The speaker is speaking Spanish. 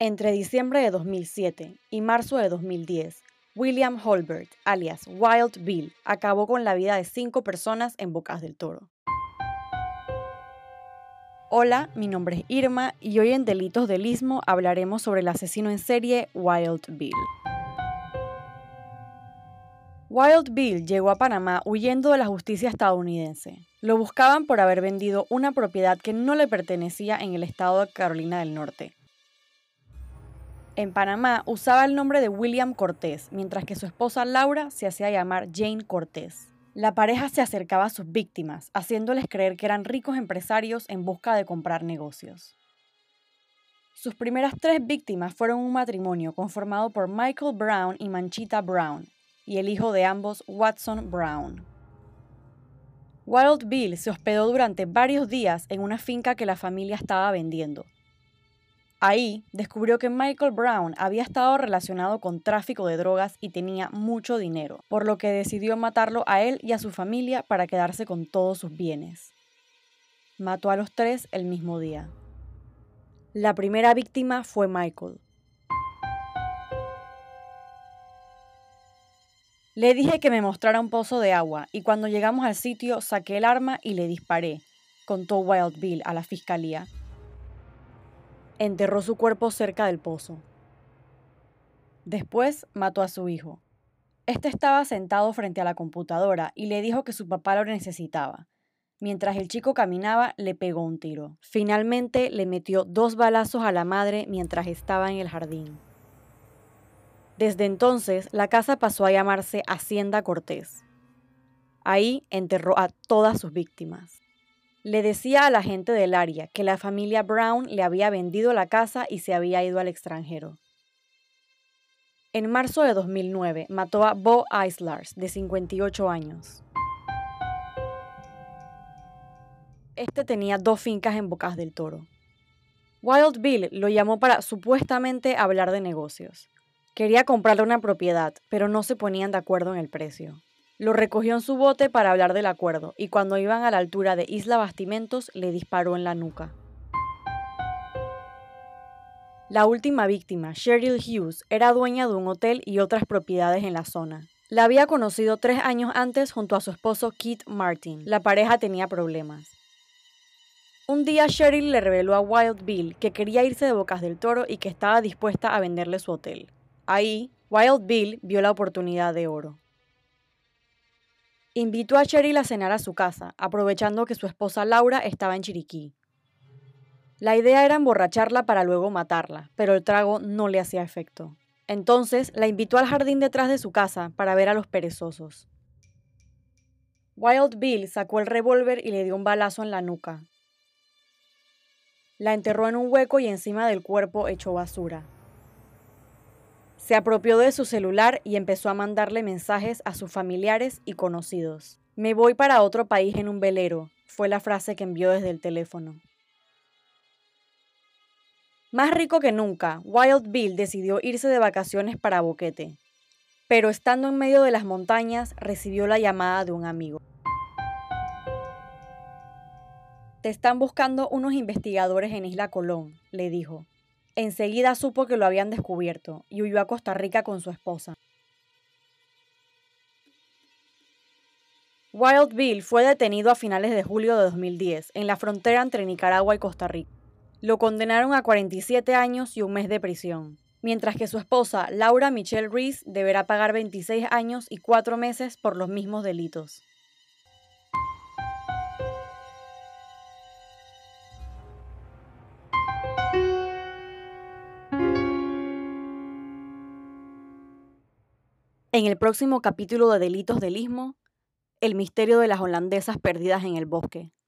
Entre diciembre de 2007 y marzo de 2010, William Holbert, alias Wild Bill, acabó con la vida de 5 personas en Bocas del Toro. Hola, mi nombre es Irma y hoy en Delitos del Istmo hablaremos sobre el asesino en serie Wild Bill. Wild Bill llegó a Panamá huyendo de la justicia estadounidense. Lo buscaban por haber vendido una propiedad que no le pertenecía en el estado de Carolina del Norte. En Panamá usaba el nombre de William Cortés, mientras que su esposa Laura se hacía llamar Jane Cortés. La pareja se acercaba a sus víctimas, haciéndoles creer que eran ricos empresarios en busca de comprar negocios. Sus primeras 3 víctimas fueron un matrimonio conformado por Michael Brown y Manchita Brown, y el hijo de ambos, Watson Brown. Wild Bill se hospedó durante varios días en una finca que la familia estaba vendiendo. Ahí descubrió que Michael Brown había estado relacionado con tráfico de drogas y tenía mucho dinero, por lo que decidió matarlo a él y a su familia para quedarse con todos sus bienes. Mató a los 3 el mismo día. La primera víctima fue Michael. Le dije que me mostrara un pozo de agua y cuando llegamos al sitio saqué el arma y le disparé, contó Wild Bill a la fiscalía. Enterró su cuerpo cerca del pozo. Después mató a su hijo. Este estaba sentado frente a la computadora y le dijo que su papá lo necesitaba. Mientras el chico caminaba, le pegó un tiro. Finalmente, le metió 2 balazos a la madre mientras estaba en el jardín. Desde entonces, la casa pasó a llamarse Hacienda Cortés. Ahí enterró a todas sus víctimas. Le decía a la gente del área que la familia Brown le había vendido la casa y se había ido al extranjero. En marzo de 2009 mató a Bo Islars, de 58 años. Este tenía 2 fincas en Bocas del Toro. Wild Bill lo llamó para supuestamente hablar de negocios. Quería comprarle una propiedad, pero no se ponían de acuerdo en el precio. Lo recogió en su bote para hablar del acuerdo y cuando iban a la altura de Isla Bastimentos le disparó en la nuca. La última víctima, Cheryl Hughes, era dueña de un hotel y otras propiedades en la zona. La había conocido 3 años antes junto a su esposo Keith Martin. La pareja tenía problemas. Un día Cheryl le reveló a Wild Bill que quería irse de Bocas del Toro y que estaba dispuesta a venderle su hotel. Ahí, Wild Bill vio la oportunidad de oro. Invitó a Cheryl a cenar a su casa, aprovechando que su esposa Laura estaba en Chiriquí. La idea era emborracharla para luego matarla, pero el trago no le hacía efecto. Entonces la invitó al jardín detrás de su casa para ver a los perezosos. Wild Bill sacó el revólver y le dio un balazo en la nuca. La enterró en un hueco y encima del cuerpo echó basura. Se apropió de su celular y empezó a mandarle mensajes a sus familiares y conocidos. Me voy para otro país en un velero, fue la frase que envió desde el teléfono. Más rico que nunca, Wild Bill decidió irse de vacaciones para Boquete. Pero estando en medio de las montañas, recibió la llamada de un amigo. Te están buscando unos investigadores en Isla Colón, le dijo. Enseguida supo que lo habían descubierto y huyó a Costa Rica con su esposa. Wild Bill fue detenido a finales de julio de 2010 en la frontera entre Nicaragua y Costa Rica. Lo condenaron a 47 años y un mes de prisión, mientras que su esposa, Laura Michelle Reese, deberá pagar 26 años y 4 meses por los mismos delitos. En el próximo capítulo de Delitos del Istmo, el misterio de las holandesas perdidas en el bosque.